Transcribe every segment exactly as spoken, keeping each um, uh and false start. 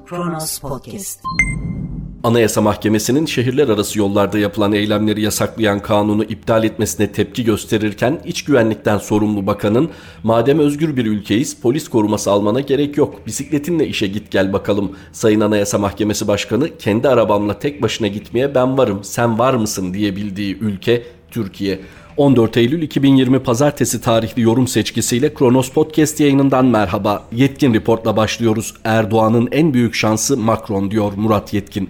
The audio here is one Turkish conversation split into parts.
Kronos Podcast. Anayasa Mahkemesi'nin şehirler arası yollarda yapılan eylemleri yasaklayan kanunu iptal etmesine tepki gösterirken iç güvenlikten sorumlu bakanın "Madem özgür bir ülkeyiz, polis koruması almana gerek yok. Bisikletinle işe git gel bakalım." Sayın Anayasa Mahkemesi Başkanı "Kendi arabamla tek başına gitmeye ben varım, sen var mısın?" diyebildiği ülke Türkiye. on dört Eylül iki bin yirmi Pazartesi tarihli yorum seçkisiyle Kronos Podcast yayınından merhaba. Yetkin Report'la başlıyoruz. Erdoğan'ın en büyük şansı Macron diyor Murat Yetkin.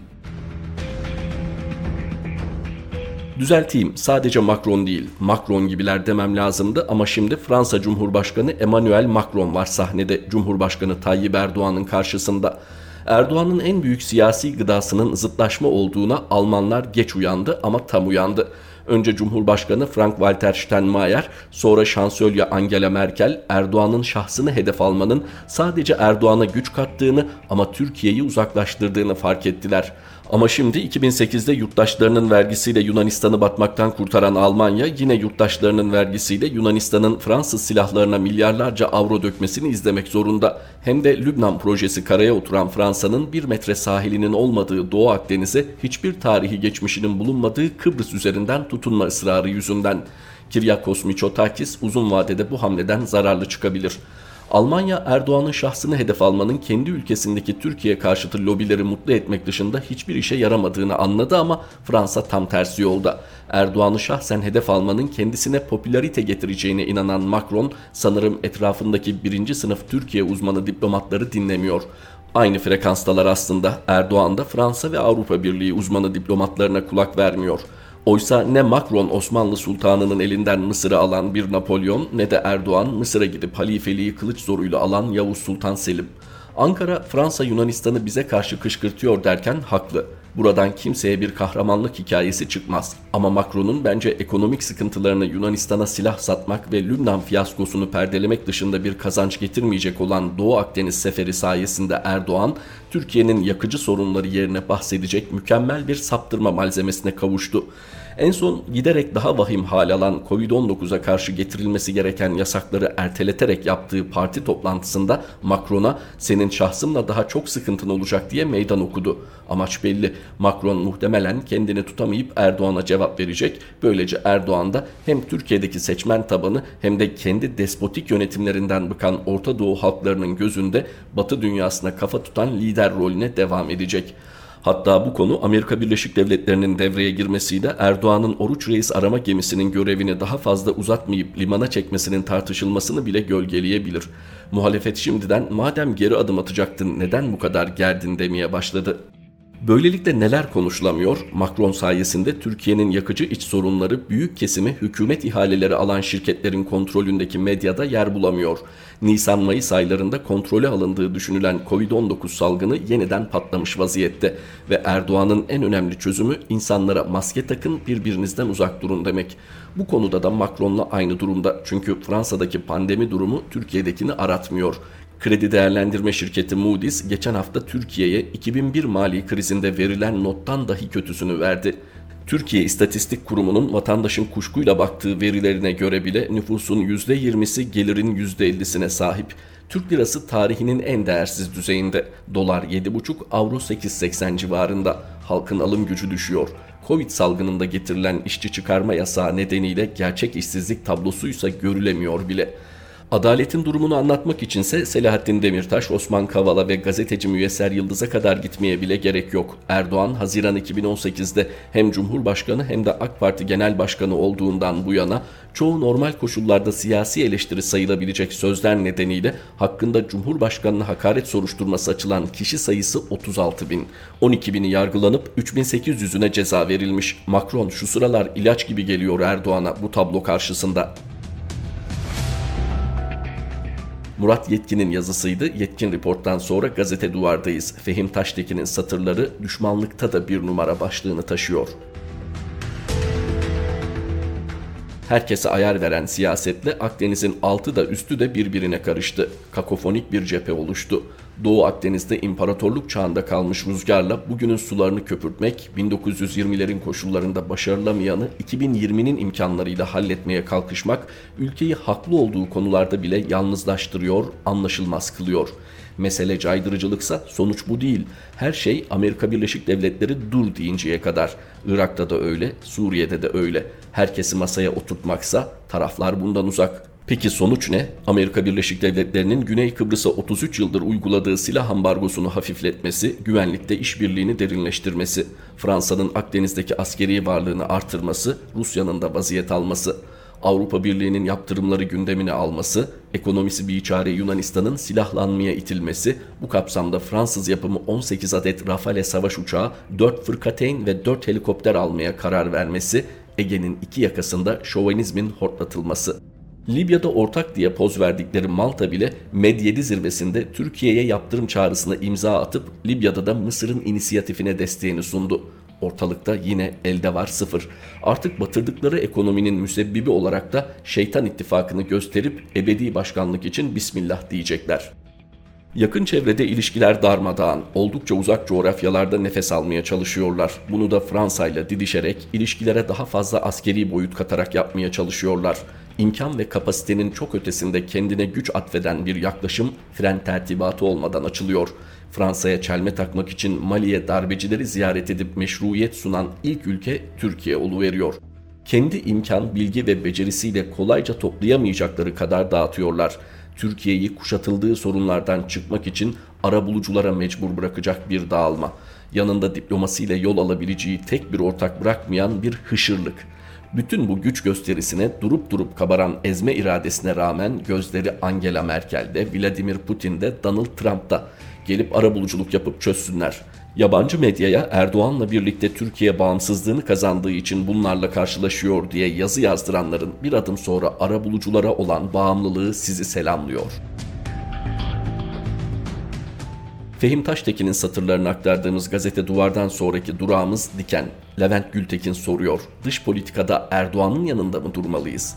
Düzelteyim, sadece Macron değil, Macron gibiler demem lazımdı ama şimdi Fransa Cumhurbaşkanı Emmanuel Macron var sahnede Cumhurbaşkanı Tayyip Erdoğan'ın karşısında. Erdoğan'ın en büyük siyasi gıdasının zıtlaşma olduğuna Almanlar geç uyandı ama tam uyandı. Önce Cumhurbaşkanı Frank-Walter Steinmeier, sonra Şansölye Angela Merkel, Erdoğan'ın şahsını hedef almanın sadece Erdoğan'a güç kattığını ama Türkiye'yi uzaklaştırdığını fark ettiler. Ama şimdi iki bin sekizde yurttaşlarının vergisiyle Yunanistan'ı batmaktan kurtaran Almanya yine yurttaşlarının vergisiyle Yunanistan'ın Fransız silahlarına milyarlarca avro dökmesini izlemek zorunda. Hem de Lübnan projesi karaya oturan Fransa'nın bir metre sahilinin olmadığı Doğu Akdeniz'e hiçbir tarihi geçmişinin bulunmadığı Kıbrıs üzerinden tutunma ısrarı yüzünden. Kyriakos Mitsotakis uzun vadede bu hamleden zararlı çıkabilir. Almanya, Erdoğan'ın şahsını hedef almanın kendi ülkesindeki Türkiye karşıtı lobileri mutlu etmek dışında hiçbir işe yaramadığını anladı ama Fransa tam tersi yolda. Erdoğan'ı şahsen hedef almanın kendisine popülarite getireceğine inanan Macron, sanırım etrafındaki birinci sınıf Türkiye uzmanı diplomatları dinlemiyor. Aynı frekanstalar aslında. Erdoğan da Fransa ve Avrupa Birliği uzmanı diplomatlarına kulak vermiyor. Oysa ne Macron Osmanlı Sultanı'nın elinden Mısır'ı alan bir Napolyon ne de Erdoğan Mısır'a gidip halifeliği kılıç zoruyla alan Yavuz Sultan Selim. Ankara, Fransa Yunanistan'ı bize karşı kışkırtıyor derken haklı. Buradan kimseye bir kahramanlık hikayesi çıkmaz. Ama Macron'un bence ekonomik sıkıntılarını Yunanistan'a silah satmak ve Lübnan fiyaskosunu perdelemek dışında bir kazanç getirmeyecek olan Doğu Akdeniz seferi sayesinde Erdoğan, Türkiye'nin yakıcı sorunları yerine bahsedecek mükemmel bir saptırma malzemesine kavuştu. En son giderek daha vahim hal alan kovid on dokuza karşı getirilmesi gereken yasakları erteleterek yaptığı parti toplantısında Macron'a "Senin şahsımla daha çok sıkıntın olacak" diye meydan okudu. Amaç belli. Macron muhtemelen kendini tutamayıp Erdoğan'a cevap verecek. Böylece Erdoğan da hem Türkiye'deki seçmen tabanı hem de kendi despotik yönetimlerinden bıkan Orta Doğu halklarının gözünde Batı dünyasına kafa tutan lider rolüne devam edecek. Hatta bu konu Amerika Birleşik Devletleri'nin devreye girmesiyle Erdoğan'ın Oruç Reis arama gemisinin görevini daha fazla uzatmayıp limana çekmesinin tartışılmasını bile gölgeleyebilir. Muhalefet şimdiden "Madem geri adım atacaktın neden bu kadar gerdin?" demeye başladı. Böylelikle neler konuşulamıyor? Macron sayesinde Türkiye'nin yakıcı iç sorunları büyük kesimi hükümet ihaleleri alan şirketlerin kontrolündeki medyada yer bulamıyor. Nisan-Mayıs aylarında kontrole alındığı düşünülen kovid on dokuz salgını yeniden patlamış vaziyette ve Erdoğan'ın en önemli çözümü insanlara maske takın, birbirinizden uzak durun demek. Bu konuda da Macron'la aynı durumda çünkü Fransa'daki pandemi durumu Türkiye'dekini aratmıyor. Kredi değerlendirme şirketi Moody's geçen hafta Türkiye'ye iki bin bir mali krizinde verilen nottan dahi kötüsünü verdi. Türkiye İstatistik Kurumu'nun vatandaşın kuşkuyla baktığı verilerine göre bile nüfusun yüzde yirmisi gelirin yüzde ellisine sahip. Türk lirası tarihinin en değersiz düzeyinde. Dolar yedi buçuk, avro sekiz seksen civarında. Halkın alım gücü düşüyor. Covid salgınında getirilen işçi çıkarma yasağı nedeniyle gerçek işsizlik tablosuysa görülemiyor bile. Adaletin durumunu anlatmak içinse Selahattin Demirtaş, Osman Kavala ve gazeteci Müyesser Yıldız'a kadar gitmeye bile gerek yok. Erdoğan, Haziran iki bin on sekizde hem Cumhurbaşkanı hem de AK Parti Genel Başkanı olduğundan bu yana çoğu normal koşullarda siyasi eleştiri sayılabilecek sözler nedeniyle hakkında Cumhurbaşkanı'na hakaret soruşturması açılan kişi sayısı otuz altı bin. on iki bini yargılanıp üç bin sekiz yüzüne ceza verilmiş. Macron şu sıralar ilaç gibi geliyor Erdoğan'a bu tablo karşısında. Murat Yetkin'in yazısıydı. Yetkin Report'tan sonra Gazete Duvar'dayız. Fehim Taştekin'in satırları "Düşmanlıkta da bir numara" başlığını taşıyor. Herkese ayar veren siyasetle Akdeniz'in altı da üstü de birbirine karıştı. Kakofonik bir cephe oluştu. Doğu Akdeniz'de imparatorluk çağında kalmış rüzgarla bugünün sularını köpürtmek, bin dokuz yüz yirmilerin koşullarında başarılamayanı iki bin yirminin imkanlarıyla halletmeye kalkışmak, ülkeyi haklı olduğu konularda bile yalnızlaştırıyor, anlaşılmaz kılıyor. Mesele caydırıcılıksa sonuç bu değil. Her şey Amerika Birleşik Devletleri dur deyinceye kadar. Irak'ta da öyle, Suriye'de de öyle. Herkesi masaya oturtmaksa taraflar bundan uzak. Peki sonuç ne? Amerika Birleşik Devletleri'nin Güney Kıbrıs'a otuz üç yıldır uyguladığı silah ambargosunu hafifletmesi, güvenlikte işbirliğini derinleştirmesi, Fransa'nın Akdeniz'deki askeri varlığını artırması, Rusya'nın da vaziyet alması, Avrupa Birliği'nin yaptırımları gündemine alması, ekonomisi biçare Yunanistan'ın silahlanmaya itilmesi, bu kapsamda Fransız yapımı on sekiz adet Rafale savaş uçağı, dört fırkateyn ve dört helikopter almaya karar vermesi, Ege'nin iki yakasında şovenizmin hortlatılması. Libya'da ortak diye poz verdikleri Malta bile Med yedi zirvesinde Türkiye'ye yaptırım çağrısına imza atıp Libya'da da Mısır'ın inisiyatifine desteğini sundu. Ortalıkta yine elde var sıfır. Artık batırdıkları ekonominin müsebbibi olarak da şeytan ittifakını gösterip ebedi başkanlık için Bismillah diyecekler. Yakın çevrede ilişkiler darmadağın, oldukça uzak coğrafyalarda nefes almaya çalışıyorlar. Bunu da Fransa ile didişerek, ilişkilere daha fazla askeri boyut katarak yapmaya çalışıyorlar. İmkan ve kapasitenin çok ötesinde kendine güç atfeden bir yaklaşım fren tertibatı olmadan açılıyor. Fransa'ya çelme takmak için Mali'ye darbecileri ziyaret edip meşruiyet sunan ilk ülke Türkiye oluveriyor. Kendi imkan, bilgi ve becerisiyle kolayca toplayamayacakları kadar dağıtıyorlar. Türkiye'yi kuşatıldığı sorunlardan çıkmak için arabuluculara mecbur bırakacak bir dağılma. Yanında diplomasiyle yol alabileceği tek bir ortak bırakmayan bir hışırlık. Bütün bu güç gösterisine durup durup kabaran ezme iradesine rağmen gözleri Angela Merkel'de, Vladimir Putin'de, Donald Trump'ta. Gelip arabuluculuk yapıp çözsünler. Yabancı medyaya Erdoğan'la birlikte Türkiye bağımsızlığını kazandığı için bunlarla karşılaşıyor diye yazı yazdıranların bir adım sonra arabuluculara olan bağımlılığı sizi selamlıyor. Fehim Taştekin'in satırlarını aktardığımız gazete Duvar'dan sonraki durağımız Diken. Levent Gültekin soruyor, dış politikada Erdoğan'ın yanında mı durmalıyız?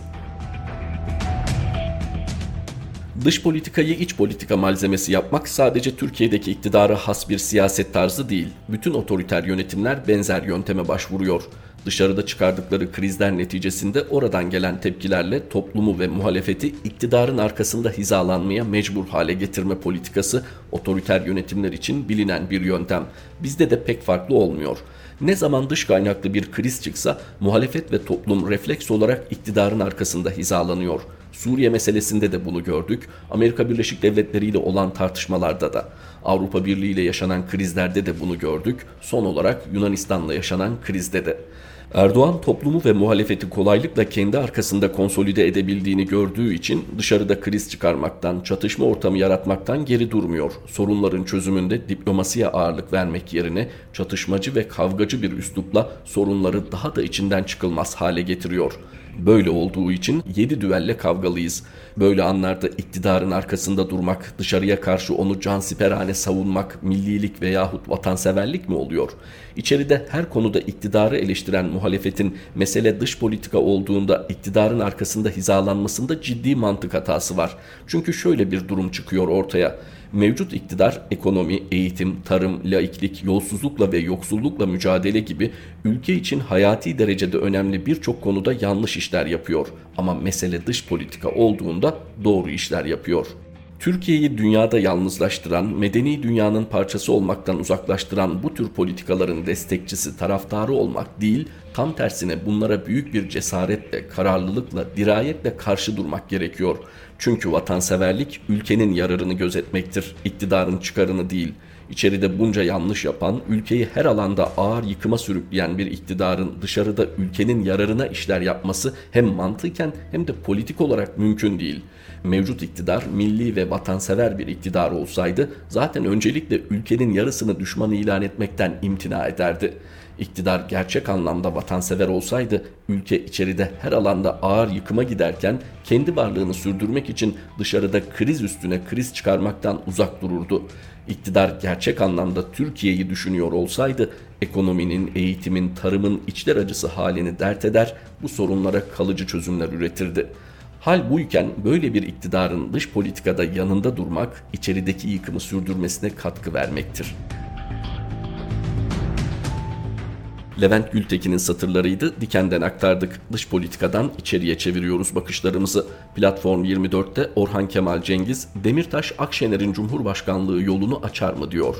Dış politikayı iç politika malzemesi yapmak sadece Türkiye'deki iktidara has bir siyaset tarzı değil. Bütün otoriter yönetimler benzer yönteme başvuruyor. Dışarıda çıkardıkları krizler neticesinde oradan gelen tepkilerle toplumu ve muhalefeti iktidarın arkasında hizalanmaya mecbur hale getirme politikası otoriter yönetimler için bilinen bir yöntem. Bizde de pek farklı olmuyor. Ne zaman dış kaynaklı bir kriz çıksa muhalefet ve toplum refleks olarak iktidarın arkasında hizalanıyor. Suriye meselesinde de bunu gördük. Amerika Birleşik Devletleri ile olan tartışmalarda da. Avrupa Birliği ile yaşanan krizlerde de bunu gördük. Son olarak Yunanistan'la yaşanan krizde de. Erdoğan toplumu ve muhalefeti kolaylıkla kendi arkasında konsolide edebildiğini gördüğü için dışarıda kriz çıkarmaktan, çatışma ortamı yaratmaktan geri durmuyor. Sorunların çözümünde diplomasiye ağırlık vermek yerine çatışmacı ve kavgacı bir üslupla sorunları daha da içinden çıkılmaz hale getiriyor. Böyle olduğu için yedi düelle kavgalıyız. Böyle anlarda iktidarın arkasında durmak, dışarıya karşı onu cansiperhane savunmak, millilik veyahut vatanseverlik mi oluyor? İçeride her konuda iktidarı eleştiren muhalefetin mesele dış politika olduğunda iktidarın arkasında hizalanmasında ciddi mantık hatası var. Çünkü şöyle bir durum çıkıyor ortaya. Mevcut iktidar ekonomi, eğitim, tarım, laiklik, yolsuzlukla ve yoksullukla mücadele gibi ülke için hayati derecede önemli birçok konuda yanlış işler yapıyor. Ama mesele dış politika olduğunda doğru işler yapıyor. Türkiye'yi dünyada yalnızlaştıran, medeni dünyanın parçası olmaktan uzaklaştıran bu tür politikaların destekçisi, taraftarı olmak değil, tam tersine bunlara büyük bir cesaretle, kararlılıkla, dirayetle karşı durmak gerekiyor. Çünkü vatanseverlik ülkenin yararını gözetmektir, iktidarın çıkarını değil. İçeride bunca yanlış yapan, ülkeyi her alanda ağır yıkıma sürükleyen bir iktidarın dışarıda ülkenin yararına işler yapması hem mantıken hem de politik olarak mümkün değil. Mevcut iktidar milli ve vatansever bir iktidar olsaydı zaten öncelikle ülkenin yarısını düşman ilan etmekten imtina ederdi. İktidar gerçek anlamda vatansever olsaydı ülke içeride her alanda ağır yıkıma giderken kendi varlığını sürdürmek için dışarıda kriz üstüne kriz çıkarmaktan uzak dururdu. İktidar gerçek anlamda Türkiye'yi düşünüyor olsaydı ekonominin, eğitimin, tarımın içler acısı halini dert eder, bu sorunlara kalıcı çözümler üretirdi. Hal buyken böyle bir iktidarın dış politikada yanında durmak, içerideki yıkımı sürdürmesine katkı vermektir. Levent Gültekin'in satırlarıydı, Diken'den aktardık. Dış politikadan içeriye çeviriyoruz bakışlarımızı. Platform yirmi dörtte Orhan Kemal Cengiz, Demirtaş Akşener'in Cumhurbaşkanlığı yolunu açar mı diyor.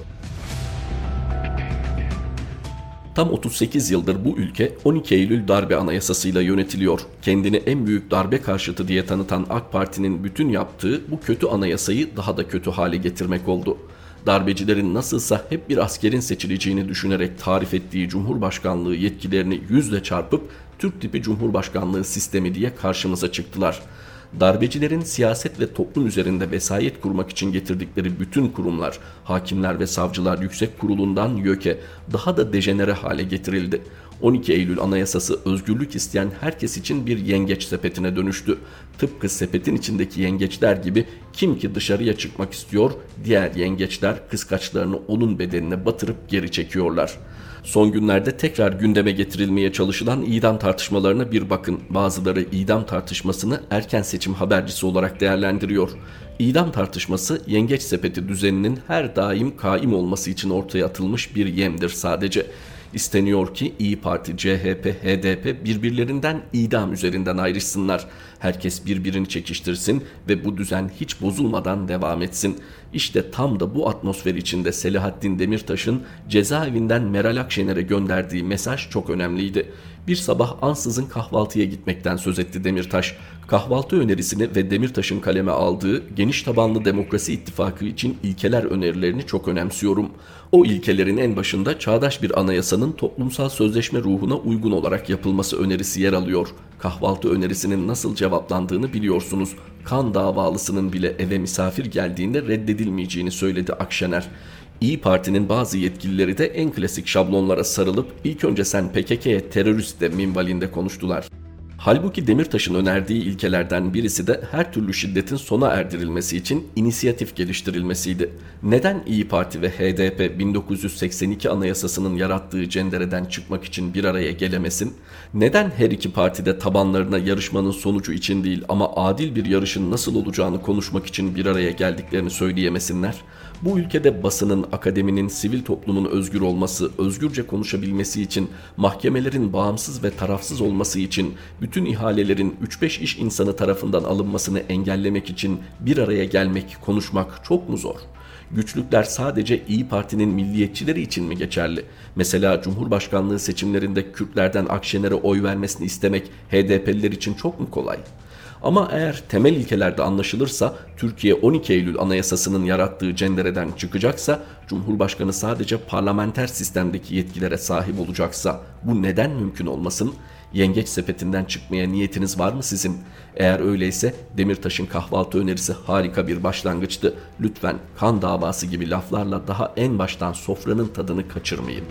Tam otuz sekiz yıldır bu ülke on iki Eylül darbe anayasasıyla yönetiliyor. Kendini en büyük darbe karşıtı diye tanıtan AK Parti'nin bütün yaptığı bu kötü anayasayı daha da kötü hale getirmek oldu. Darbecilerin nasılsa hep bir askerin seçileceğini düşünerek tarif ettiği Cumhurbaşkanlığı yetkilerini yüzle çarpıp Türk tipi Cumhurbaşkanlığı sistemi diye karşımıza çıktılar. Darbecilerin siyaset ve toplum üzerinde vesayet kurmak için getirdikleri bütün kurumlar, hakimler ve savcılar yüksek kurulundan YÖK'e daha da dejenere hale getirildi. on iki Eylül Anayasası özgürlük isteyen herkes için bir yengeç sepetine dönüştü. Tıpkı sepetin içindeki yengeçler gibi kim ki dışarıya çıkmak istiyor, diğer yengeçler kıskaçlarını onun bedenine batırıp geri çekiyorlar. Son günlerde tekrar gündeme getirilmeye çalışılan idam tartışmalarına bir bakın. Bazıları idam tartışmasını erken seçim habercisi olarak değerlendiriyor. İdam tartışması yengeç sepeti düzeninin her daim kaim olması için ortaya atılmış bir yemdir sadece. İsteniyor ki İyi Parti, C H P, H D P birbirlerinden idam üzerinden ayrışsınlar. Herkes birbirini çekiştirsin ve bu düzen hiç bozulmadan devam etsin. İşte tam da bu atmosfer içinde Selahattin Demirtaş'ın cezaevinden Meral Akşener'e gönderdiği mesaj çok önemliydi. Bir sabah ansızın kahvaltıya gitmekten söz etti Demirtaş. Kahvaltı önerisini ve Demirtaş'ın kaleme aldığı Geniş Tabanlı Demokrasi İttifakı için ilkeler önerilerini çok önemsiyorum. O ilkelerin en başında çağdaş bir anayasanın toplumsal sözleşme ruhuna uygun olarak yapılması önerisi yer alıyor. Kahvaltı önerisinin nasıl cevaplandığını biliyorsunuz. Kan davalısının bile eve misafir geldiğinde reddedilmeyeceğini söyledi Akşener. İyi Parti'nin bazı yetkilileri de en klasik şablonlara sarılıp ilk önce sen P K K'ye terörist de minvalinde konuştular. Halbuki Demirtaş'ın önerdiği ilkelerden birisi de her türlü şiddetin sona erdirilmesi için inisiyatif geliştirilmesiydi. Neden İyi Parti ve H D P bin dokuz yüz seksen iki Anayasası'nın yarattığı cendereden çıkmak için bir araya gelemesin? Neden her iki parti de tabanlarına yarışmanın sonucu için değil ama adil bir yarışın nasıl olacağını konuşmak için bir araya geldiklerini söyleyemesinler? Bu ülkede basının, akademinin, sivil toplumun özgür olması, özgürce konuşabilmesi için, mahkemelerin bağımsız ve tarafsız olması için, bütün ihalelerin üç beş iş insanı tarafından alınmasını engellemek için bir araya gelmek, konuşmak çok mu zor? Güçlükler sadece İyi Parti'nin milliyetçileri için mi geçerli? Mesela Cumhurbaşkanlığı seçimlerinde Kürtlerden Akşener'e oy vermesini istemek H D P'liler için çok mu kolay? Ama eğer temel ilkelerde anlaşılırsa, Türkiye on iki Eylül Anayasası'nın yarattığı cendereden çıkacaksa, Cumhurbaşkanı sadece parlamenter sistemdeki yetkilere sahip olacaksa bu neden mümkün olmasın? Yengeç sepetinden çıkmaya niyetiniz var mı sizin? Eğer öyleyse Demirtaş'ın kahvaltı önerisi harika bir başlangıçtı. Lütfen kan davası gibi laflarla daha en baştan sofranın tadını kaçırmayın.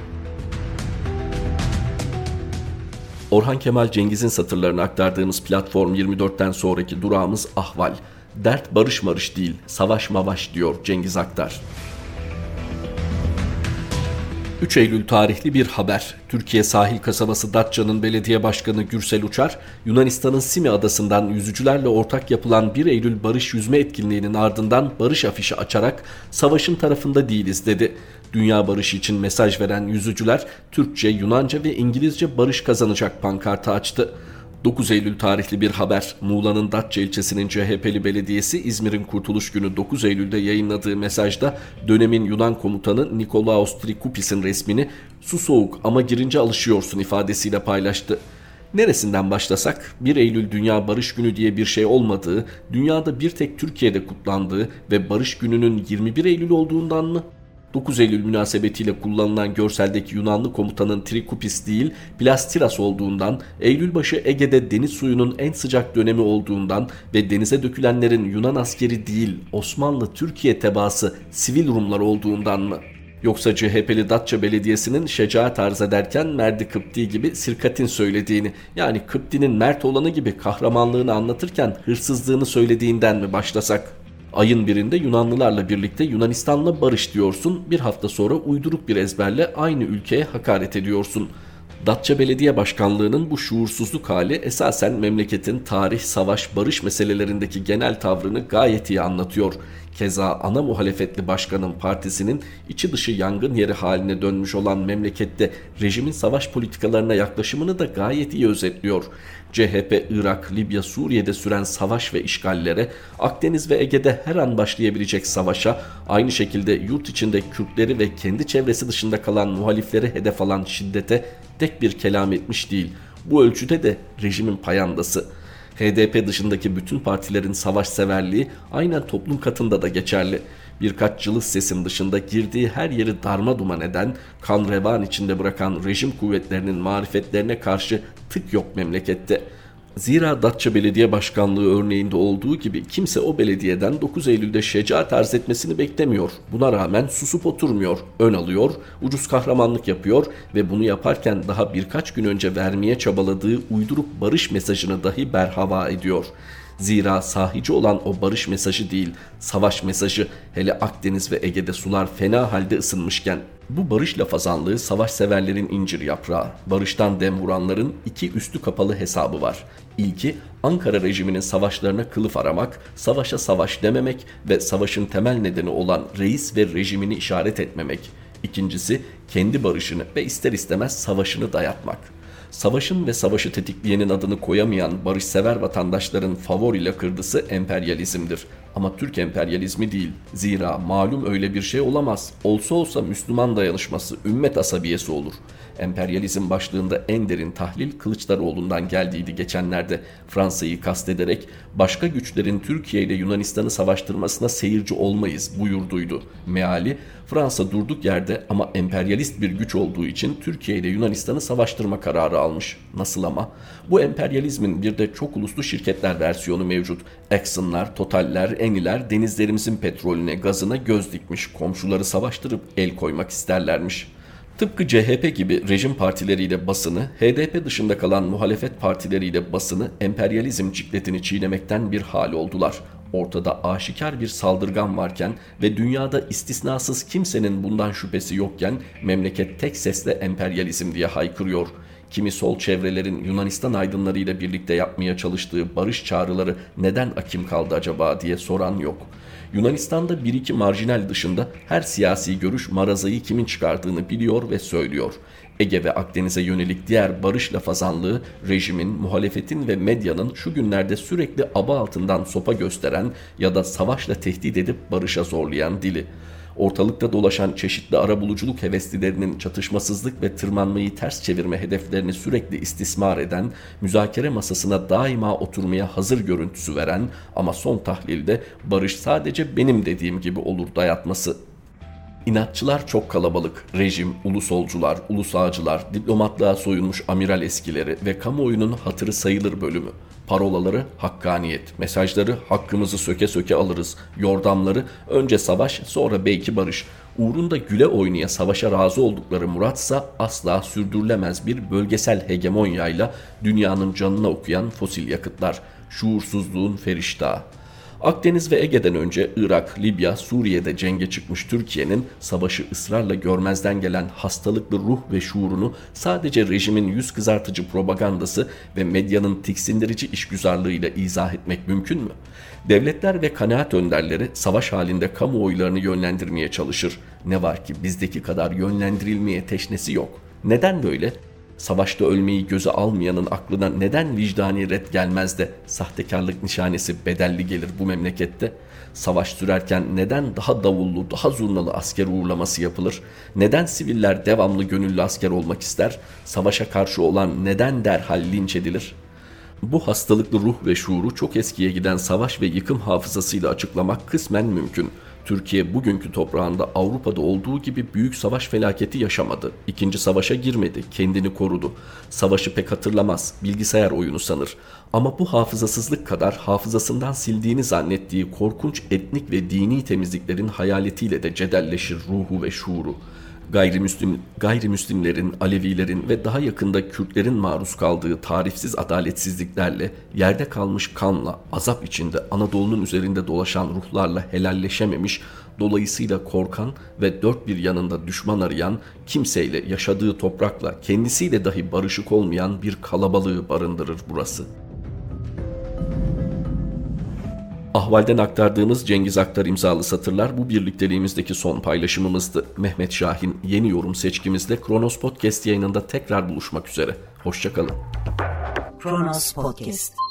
Orhan Kemal Cengiz'in satırlarını aktardığımız Platform yirmi dörtten sonraki durağımız ahval. Dert barış marış değil, savaş mavaş diyor Cengiz Aktar. üç Eylül tarihli bir haber. Türkiye sahil kasabası Datça'nın belediye başkanı Gürsel Uçar, Yunanistan'ın Simi adasından yüzücülerle ortak yapılan bir Eylül barış yüzme etkinliğinin ardından barış afişi açarak savaşın tarafında değiliz dedi. Dünya barışı için mesaj veren yüzücüler Türkçe, Yunanca ve İngilizce barış kazanacak pankartı açtı. dokuz Eylül tarihli bir haber. Muğla'nın Datça ilçesinin C H P'li belediyesi İzmir'in Kurtuluş Günü dokuz Eylül'de yayınladığı mesajda dönemin Yunan komutanı Nikolaos Trikoupis'in resmini "Su soğuk ama girince alışıyorsun" ifadesiyle paylaştı. Neresinden başlasak, bir Eylül Dünya Barış Günü diye bir şey olmadığı, dünyada bir tek Türkiye'de kutlandığı ve Barış Günü'nün yirmi bir Eylül olduğundan mı? dokuz Eylül münasebetiyle kullanılan görseldeki Yunanlı komutanın Trikoupis değil Plastiras olduğundan, Eylülbaşı Ege'de deniz suyunun en sıcak dönemi olduğundan ve denize dökülenlerin Yunan askeri değil Osmanlı Türkiye tebaası sivil Rumlar olduğundan mı? Yoksa C H P'li Datça Belediyesi'nin şecaat arz ederken Merdi Kıpti gibi Sirkat'in söylediğini, yani Kıpti'nin Mert olanı gibi kahramanlığını anlatırken hırsızlığını söylediğinden mi başlasak? Ayın birinde Yunanlılarla birlikte Yunanistan'la barış diyorsun, bir hafta sonra uyduruk bir ezberle aynı ülkeye hakaret ediyorsun. Datça Belediye Başkanlığı'nın bu şuursuzluk hali esasen memleketin tarih, savaş, barış meselelerindeki genel tavrını gayet iyi anlatıyor. Keza ana muhalefetli başkanın partisinin içi dışı yangın yeri haline dönmüş olan memlekette rejimin savaş politikalarına yaklaşımını da gayet iyi özetliyor. C H P, Irak, Libya, Suriye'de süren savaş ve işgallere, Akdeniz ve Ege'de her an başlayabilecek savaşa, aynı şekilde yurt içinde Kürtleri ve kendi çevresi dışında kalan muhalifleri hedef alan şiddete tek bir kelam etmiş değil. Bu ölçüde de rejimin payandası. H D P dışındaki bütün partilerin savaşseverliği aynen toplum katında da geçerli. Birkaç cılız sesin dışında girdiği her yeri darma duman eden, kan revan içinde bırakan rejim kuvvetlerinin marifetlerine karşı tık yok memlekette. Zira Datça Belediye Başkanlığı örneğinde olduğu gibi kimse o belediyeden dokuz Eylül'de şecaat arz etmesini beklemiyor. Buna rağmen susup oturmuyor, ön alıyor, ucuz kahramanlık yapıyor ve bunu yaparken daha birkaç gün önce vermeye çabaladığı uyduruk barış mesajını dahi berhava ediyor. Zira sahici olan o barış mesajı değil, savaş mesajı, hele Akdeniz ve Ege'de sular fena halde ısınmışken. Bu barış lafazanlığı savaşseverlerin incir yaprağı. Barıştan dem vuranların iki üstü kapalı hesabı var. İlki, Ankara rejiminin savaşlarına kılıf aramak, savaşa savaş dememek ve savaşın temel nedeni olan reis ve rejimini işaret etmemek. İkincisi, kendi barışını ve ister istemez savaşını dayatmak. Savaşın ve savaşı tetikleyenin adını koyamayan barışsever vatandaşların favori lakırdısı emperyalizmdir. Ama Türk emperyalizmi değil. Zira malum öyle bir şey olamaz. Olsa olsa Müslüman dayanışması, ümmet asabiyesi olur. Emperyalizm başlığında en derin tahlil Kılıçdaroğlu'ndan geldiydi geçenlerde. Fransa'yı kastederek başka güçlerin Türkiye ile Yunanistan'ı savaştırmasına seyirci olmayız buyurduydu. Meali, Fransa durduk yerde ama emperyalist bir güç olduğu için Türkiye ile Yunanistan'ı savaştırma kararı almış. Nasıl ama? Bu emperyalizmin bir de çok uluslu şirketler versiyonu mevcut. Exxon'lar, Total'ler, Eni'ler denizlerimizin petrolüne, gazına göz dikmiş, komşuları savaştırıp el koymak isterlermiş. Tıpkı C H P gibi rejim partileriyle basını, H D P dışında kalan muhalefet partileriyle basını emperyalizm cikletini çiğnemekten bir hal oldular. Ortada aşikar bir saldırgan varken ve dünyada istisnasız kimsenin bundan şüphesi yokken memleket tek sesle emperyalizm diye haykırıyor. Kimi sol çevrelerin Yunanistan aydınlarıyla birlikte yapmaya çalıştığı barış çağrıları neden akim kaldı acaba diye soran yok. Yunanistan'da bir iki marjinal dışında her siyasi görüş marazayı kimin çıkardığını biliyor ve söylüyor. Ege ve Akdeniz'e yönelik diğer barış lafazanlığı rejimin, muhalefetin ve medyanın şu günlerde sürekli aba altından sopa gösteren ya da savaşla tehdit edip barışa zorlayan dili. Ortalıkta dolaşan çeşitli arabuluculuk heveslilerinin çatışmasızlık ve tırmanmayı ters çevirme hedeflerini sürekli istismar eden, müzakere masasına daima oturmaya hazır görüntüsü veren ama son tahlilde barış sadece benim dediğim gibi olur dayatması. İnatçılar çok kalabalık. Rejim, ulusolcular, ulusağcılar, diplomatlığa soyunmuş amiral eskileri ve kamuoyunun hatırı sayılır bölümü. Parolaları hakkaniyet, mesajları hakkımızı söke söke alırız, yordamları önce savaş sonra belki barış. Uğrunda güle oynaya savaşa razı oldukları muratsa asla sürdürülemez bir bölgesel hegemonyayla dünyanın canına okuyan fosil yakıtlar, şuursuzluğun feriştahı. Akdeniz ve Ege'den önce Irak, Libya, Suriye'de cenge çıkmış Türkiye'nin savaşı ısrarla görmezden gelen hastalıklı ruh ve şuurunu sadece rejimin yüz kızartıcı propagandası ve medyanın tiksindirici işgüzarlığıyla izah etmek mümkün mü? Devletler ve kanaat önderleri savaş halinde kamuoylarını yönlendirmeye çalışır. Ne var ki bizdeki kadar yönlendirilmeye teşnesi yok. Neden böyle? Savaşta ölmeyi göze almayanın aklına neden vicdani ret gelmez de sahtekarlık nişanesi bedelli gelir bu memlekette? Savaş sürerken neden daha davullu, daha zurnalı asker uğurlaması yapılır? Neden siviller devamlı gönüllü asker olmak ister? Savaşa karşı olan neden derhal linç edilir? Bu hastalıklı ruh ve şuuru çok eskiye giden savaş ve yıkım hafızasıyla açıklamak kısmen mümkün. Türkiye bugünkü toprağında Avrupa'da olduğu gibi büyük savaş felaketi yaşamadı. İkinci savaşa girmedi, kendini korudu. Savaşı pek hatırlamaz, bilgisayar oyunu sanır. Ama bu hafızasızlık kadar hafızasından sildiğini zannettiği korkunç etnik ve dini temizliklerin hayaletiyle de cedelleşir ruhu ve şuuru. Gayrimüslim, gayrimüslimlerin, Alevilerin ve daha yakında Kürtlerin maruz kaldığı tarifsiz adaletsizliklerle, yerde kalmış kanla, azap içinde Anadolu'nun üzerinde dolaşan ruhlarla helalleşememiş, dolayısıyla korkan ve dört bir yanında düşman arayan, kimseyle, yaşadığı toprakla, kendisiyle dahi barışık olmayan bir kalabalığı barındırır burası. Ahval'den aktardığımız Cengiz Aktar imzalı satırlar bu birlikteliğimizdeki son paylaşımımızdı. Mehmet Şahin yeni yorum seçkimizde Kronos Podcast yayınında tekrar buluşmak üzere. Hoşçakalın. Kronos Podcast.